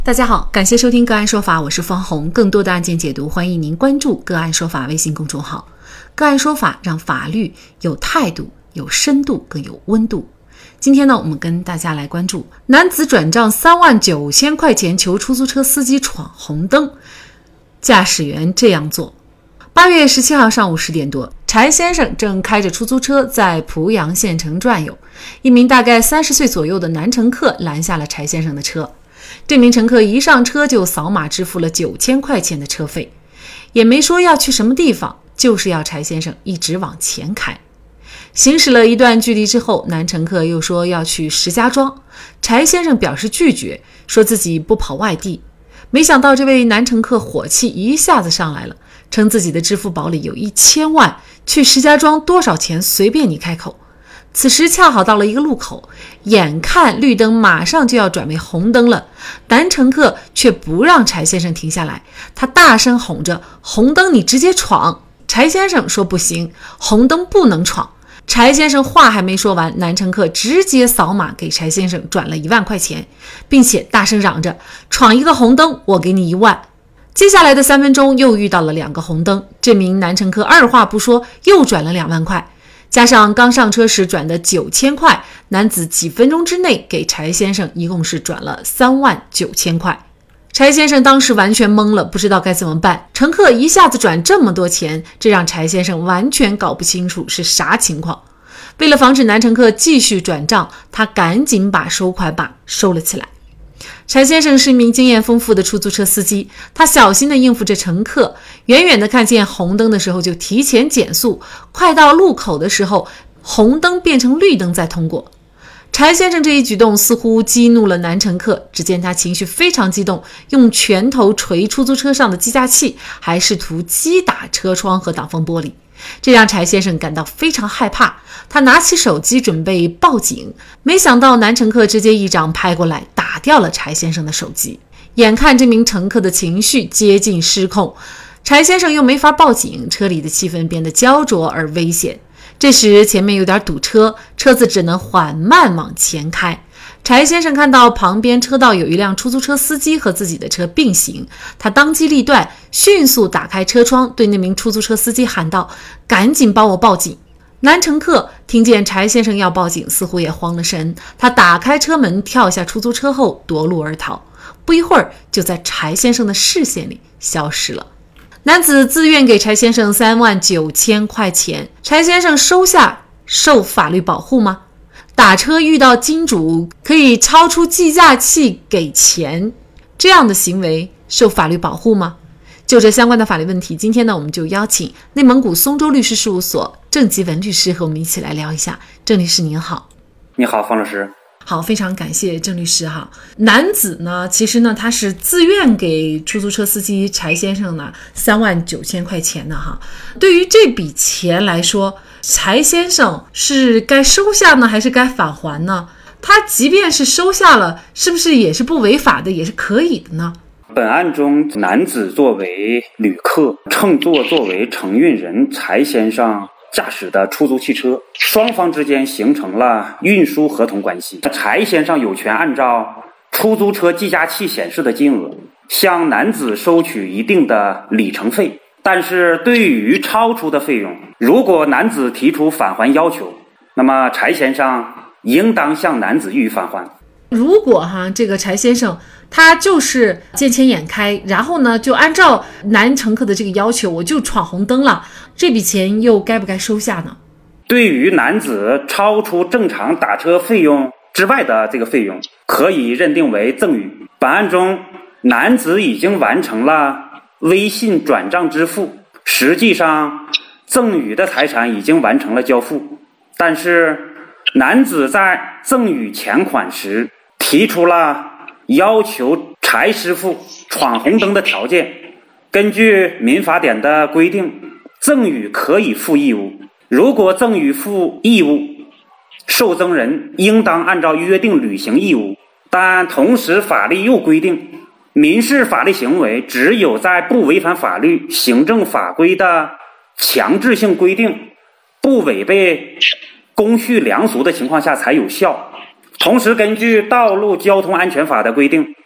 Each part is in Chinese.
大家好，感谢收听个案说法，我是方红。更多的案件解读，欢迎您关注个案说法微信公众号。个案说法让法律有态度、有深度、更有温度。今天呢，我们跟大家来关注男子转账3万9千块钱求出租车司机闯红灯，驾驶员这样做。8月17号上午10点多，柴先生正开着出租车在濮阳县城转悠，一名大概30岁左右的男乘客拦下了柴先生的车。这名乘客一上车就扫码支付了9000块钱的车费，也没说要去什么地方，就是要柴先生一直往前开。行驶了一段距离之后，男乘客又说要去石家庄，柴先生表示拒绝，说自己不跑外地。没想到这位男乘客火气一下子上来了，称自己的支付宝里有1000万，去石家庄多少钱随便你开口。此时恰好到了一个路口，眼看绿灯马上就要转为红灯了，男乘客却不让柴先生停下来，他大声吼着：红灯你直接闯！柴先生说不行，红灯不能闯。柴先生话还没说完，男乘客直接扫码给柴先生转了1万块钱，并且大声嚷着：闯一个红灯我给你1万。接下来的3分钟又遇到了2个红灯，这名男乘客二话不说又转了2万块，加上刚上车时转的9000块，男子几分钟之内给柴先生一共是转了3万9千块。柴先生当时完全懵了，不知道该怎么办。乘客一下子转这么多钱，这让柴先生完全搞不清楚是啥情况。为了防止男乘客继续转账，他赶紧把收款码收了起来。柴先生是一名经验丰富的出租车司机，他小心地应付着乘客，远远地看见红灯的时候就提前减速，快到路口的时候，红灯变成绿灯再通过。柴先生这一举动似乎激怒了男乘客，只见他情绪非常激动，用拳头捶出租车上的计价器，还试图击打车窗和挡风玻璃，这让柴先生感到非常害怕。他拿起手机准备报警，没想到男乘客直接一掌拍过来，打掉了柴先生的手机。眼看这名乘客的情绪接近失控，柴先生又没法报警，车里的气氛变得焦灼而危险。这时前面有点堵车，车子只能缓慢往前开。柴先生看到旁边车道有一辆出租车司机和自己的车并行，他当机立断，迅速打开车窗，对那名出租车司机喊道：赶紧帮我报警。男乘客听见柴先生要报警，似乎也慌了神，他打开车门跳下出租车后夺路而逃，不一会儿就在柴先生的视线里消失了。男子自愿给柴先生3万9千块钱，柴先生收下受法律保护吗？打车遇到金主可以超出计价器给钱，这样的行为受法律保护吗？就这相关的法律问题，今天呢，我们就邀请内蒙古松州律师事务所郑吉文律师和我们一起来聊一下。郑律师您好。 你好，方老师。 好，非常感谢郑律师哈。男子呢，其实呢，他是自愿给出租车司机柴先生呢3万9千块钱的哈。对于这笔钱来说，柴先生是该收下呢，还是该返还呢？他即便是收下了，是不是也是不违法的，也是可以的呢？ 本案中，男子作为旅客，乘坐作为承运人柴先生驾驶的出租汽车，双方之间形成了运输合同关系。柴先生有权按照出租车计价器显示的金额向男子收取一定的里程费，但是对于超出的费用，如果男子提出返还要求，那么柴先生应当向男子予以返还。 如果这个柴先生他就是见钱眼开，然后呢就按照男乘客的这个要求，我就闯红灯了，这笔钱又该不该收下呢？ 对于男子超出正常打车费用之外的这个费用，可以认定为赠与。本案中，男子已经完成了微信转账支付，实际上赠与的财产已经完成了交付，但是男子在赠与钱款时提出了要求柴师傅闯红灯的条件。根据民法典的规定，赠与可以负义务，如果赠与负义务，受赠人应当按照约定履行义务。但同时法律又规定，民事法律行为只有在不违反法律、行政法规的强制性规定，不违背公序良俗的情况下才有效。同时根据道路交通安全法的规定，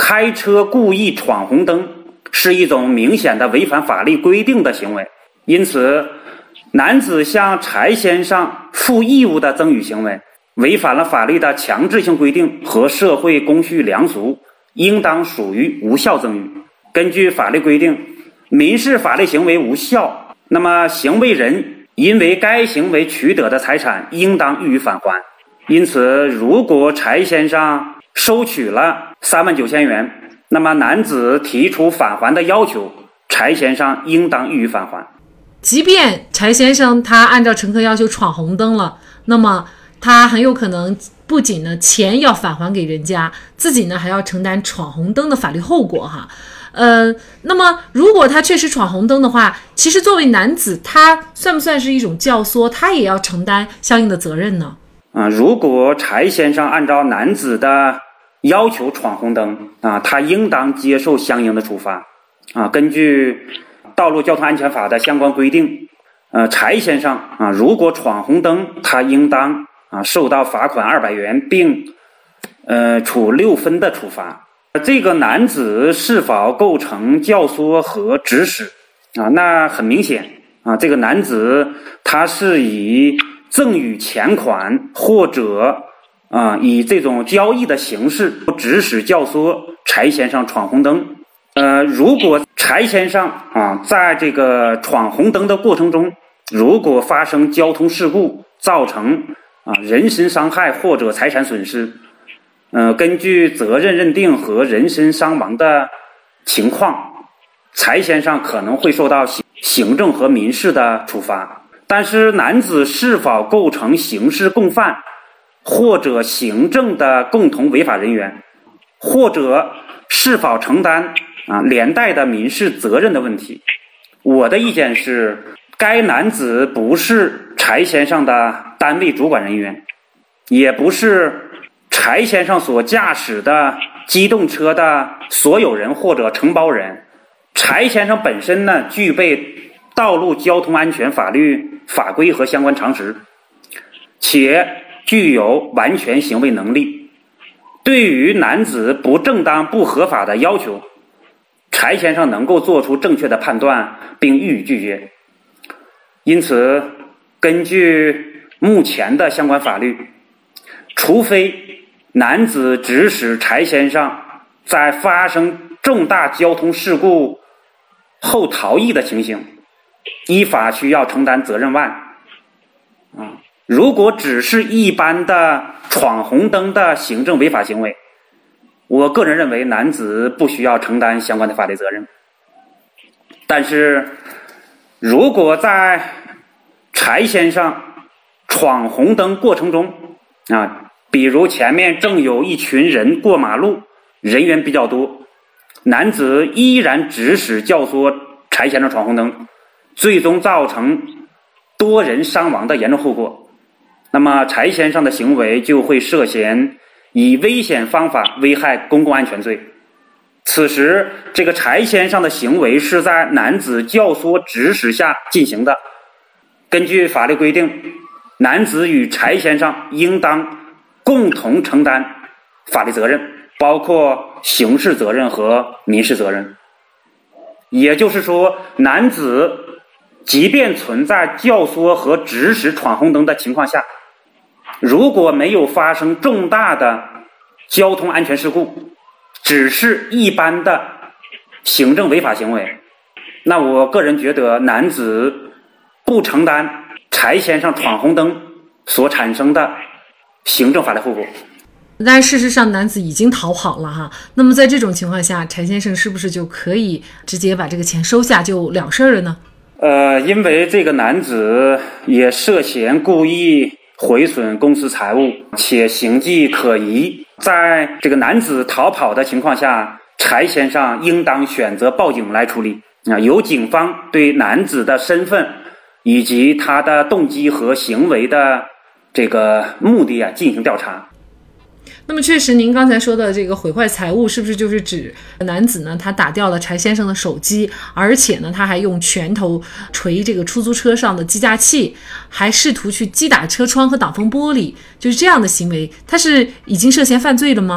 开车故意闯红灯是一种明显的违反法律规定的行为，因此男子向柴先生负义务的赠与行为违反了法律的强制性规定和社会公序良俗，应当属于无效赠与。根据法律规定，民事法律行为无效，那么行为人因为该行为取得的财产应当予以返还。因此，如果柴先生收取了39000元，那么男子提出返还的要求，柴先生应当予以返还。 即便柴先生他按照乘客要求闯红灯了，那么他很有可能不仅呢钱要返还给人家，自己呢还要承担闯红灯的法律后果哈。那么如果他确实闯红灯的话，其实作为男子，他算不算是一种教唆？他也要承担相应的责任呢？ 如果柴先生按照男子的要求闯红灯他应当接受相应的处罚根据道路交通安全法的相关规定，柴先生如果闯红灯，他应当受到罚款200元，并处6分的处罚。这个男子是否构成教唆和指使那很明显这个男子他是以赠与钱款或者以这种交易的形式指使教唆柴先生闯红灯。如果柴先生在这个闯红灯的过程中，如果发生交通事故，造成人身伤害或者财产损失，根据责任认定和人身伤亡的情况，柴先生可能会受到行政和民事的处罚。但是男子是否构成刑事共犯或者行政的共同违法人员，或者是否承担连带的民事责任的问题，我的意见是，该男子不是柴先生的单位主管人员，也不是柴先生所驾驶的机动车的所有人或者承包人。柴先生本身呢，具备道路交通安全法律法规和相关常识，且具有完全行为能力。对于男子不正当不合法的要求，柴先生能够做出正确的判断并予以拒绝。因此，根据目前的相关法律，除非男子指使柴先生在发生重大交通事故后逃逸的情形，依法需要承担责任外，如果只是一般的闯红灯的行政违法行为，我个人认为男子不需要承担相关的法律责任。但是如果在柴先生闯红灯过程中比如前面正有一群人过马路，人员比较多，男子依然指使教唆柴先生闯红灯，最终造成多人伤亡的严重后果，那么柴先生的行为就会涉嫌以危险方法危害公共安全罪。此时这个柴先生的行为是在男子教唆指使下进行的，根据法律规定，男子与柴先生应当共同承担法律责任，包括刑事责任和民事责任。也就是说，男子即便存在教唆和指使闯红灯的情况下，如果没有发生重大的交通安全事故，只是一般的行政违法行为，那我个人觉得男子不承担柴先生闯红灯所产生的行政法律后果。 但事实上男子已经逃跑了哈，那么在这种情况下，柴先生是不是就可以直接把这个钱收下就了事了呢？ 因为这个男子也涉嫌故意毁损公司财物，且形迹可疑，在这个男子逃跑的情况下，柴先生应当选择报警来处理由警方对男子的身份以及他的动机和行为的这个目的进行调查。 那么确实您刚才说的这个毁坏财物，是不是就是指男子呢他打掉了柴先生的手机，而且呢他还用拳头捶这个出租车上的计价器，还试图去击打车窗和挡风玻璃，就是这样的行为，他是已经涉嫌犯罪了吗？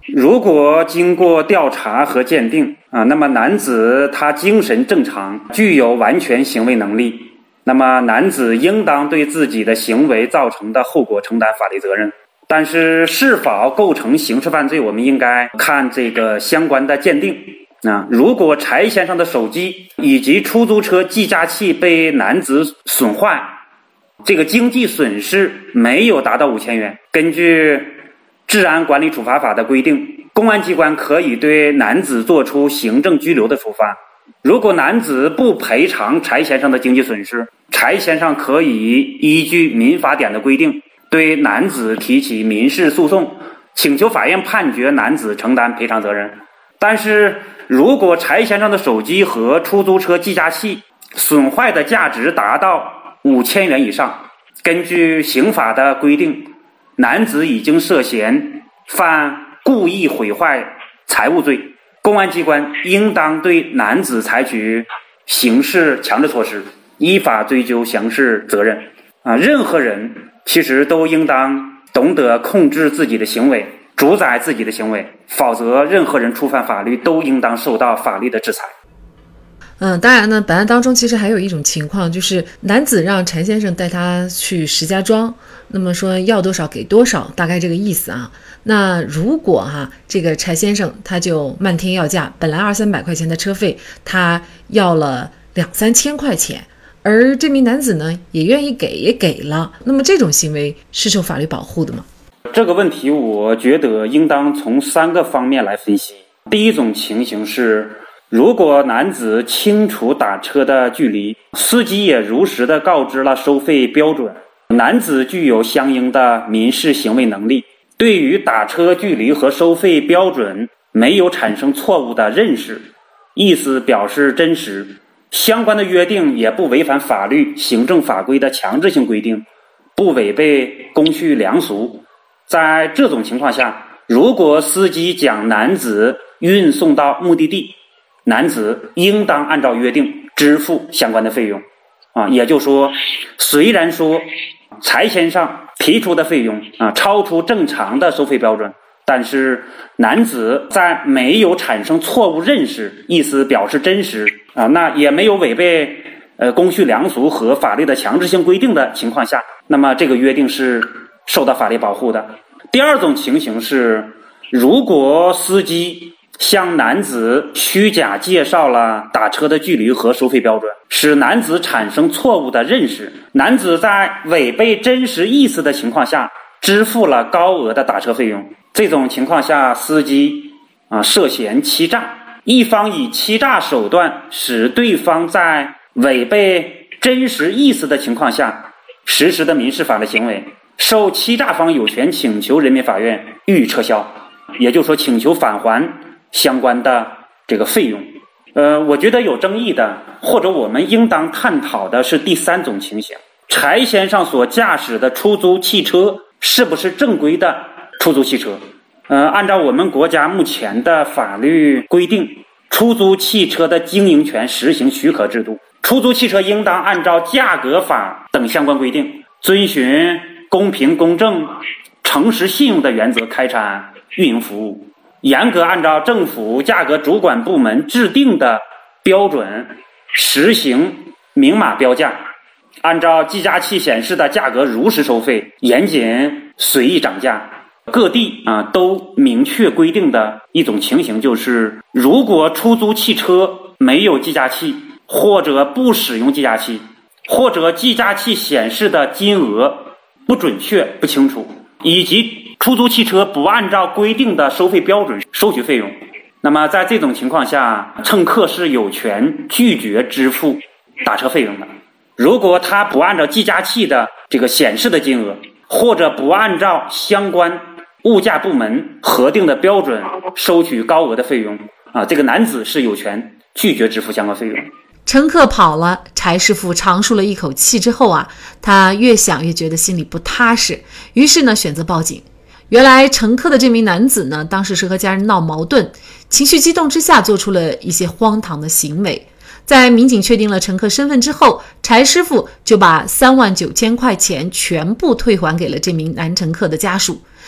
如果经过调查和鉴定那么男子他精神正常，具有完全行为能力，那么男子应当对自己的行为造成的后果承担法律责任。但是是否构成刑事犯罪，我们应该看这个相关的鉴定如果柴先生的手机以及出租车计价器被男子损坏，这个经济损失没有达到5000元，根据治安管理处罚法的规定，公安机关可以对男子作出行政拘留的处罚。如果男子不赔偿柴先生的经济损失，柴先生可以依据民法典的规定对男子提起民事诉讼，请求法院判决男子承担赔偿责任。但是如果柴先生的手机和出租车计价器损坏的价值达到5000元以上，根据刑法的规定，男子已经涉嫌犯故意毁坏财物罪，公安机关应当对男子采取刑事强制措施，依法追究刑事责任任何人其实都应当懂得控制自己的行为，主宰自己的行为，否则任何人触犯法律都应当受到法律的制裁。 当然呢，本案当中其实还有一种情况，就是男子让柴先生带他去石家庄，那么说要多少给多少，大概这个意思啊。那如果这个柴先生他就漫天要价，本来200-300块钱的车费，他要了2-3千块钱，而这名男子呢也愿意给，也给了，那么这种行为是受法律保护的吗？ 这个问题我觉得应当从3个方面来分析。第一种情形是，如果男子清楚打车的距离，司机也如实的告知了收费标准，男子具有相应的民事行为能力，对于打车距离和收费标准没有产生错误的认识，意思表示真实，相关的约定也不违反法律、行政法规的强制性规定，不违背公序良俗。在这种情况下，如果司机将男子运送到目的地，男子应当按照约定支付相关的费用也就是说，虽然说柴先生提出的费用超出正常的收费标准，但是男子在没有产生错误认识，意思表示真实那也没有违背公序良俗和法律的强制性规定的情况下，那么这个约定是受到法律保护的。第二种情形是，如果司机向男子虚假介绍了打车的距离和收费标准，使男子产生错误的认识，男子在违背真实意思的情况下支付了高额的打车费用，这种情况下司机涉嫌欺诈，一方以欺诈手段使对方在违背真实意思的情况下实施的民事法律行为，受欺诈方有权请求人民法院予以撤销，也就是说请求返还相关的这个费用。我觉得有争议的，或者我们应当探讨的是第3种情形，柴先生所驾驶的出租汽车是不是正规的出租汽车。按照我们国家目前的法律规定，出租汽车的经营权实行许可制度，出租汽车应当按照价格法等相关规定，遵循公平公正、诚实信用的原则开展运营服务，严格按照政府价格主管部门制定的标准实行明码标价，按照计价器显示的价格如实收费，严禁随意涨价。各地都明确规定的一种情形就是，如果出租汽车没有计价器，或者不使用计价器，或者计价器显示的金额不准确不清楚，以及出租汽车不按照规定的收费标准收取费用，那么在这种情况下，乘客是有权拒绝支付打车费用的。如果他不按照计价器的这个显示的金额，或者不按照相关物价部门核定的标准收取高额的费用这个男子是有权拒绝支付相关费用。 乘客跑了，柴师傅长舒了一口气之后他越想越觉得心里不踏实，于是呢选择报警。原来乘客的这名男子呢，当时是和家人闹矛盾，情绪激动之下做出了一些荒唐的行为。在民警确定了乘客身份之后，柴师傅就把39000块钱全部退还给了这名男乘客的家属。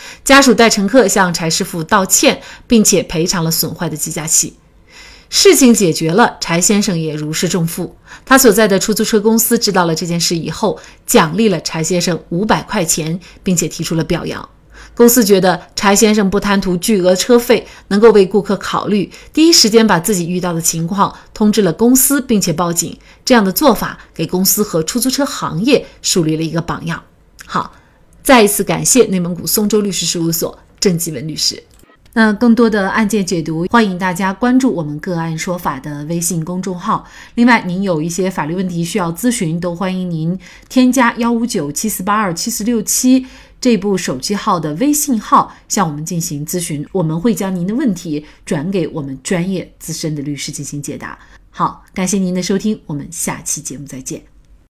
家属代乘客向柴师傅道歉，并且赔偿了损坏的计价器。事情解决了，柴先生也如释重负。他所在的出租车公司知道了这件事以后，奖励了柴先生500块钱，并且提出了表扬。公司觉得柴先生不贪图巨额车费，能够为顾客考虑，第一时间把自己遇到的情况通知了公司，并且报警。这样的做法给公司和出租车行业树立了一个榜样。好，再一次感谢内蒙古松州律师事务所郑继文律师。那更多的案件解读，欢迎大家关注我们个案说法的微信公众号。另外，您有一些法律问题需要咨询，都欢迎您添加15974827467这部手机号的微信号向我们进行咨询，我们会将您的问题转给我们专业资深的律师进行解答。好，感谢您的收听，我们下期节目再见。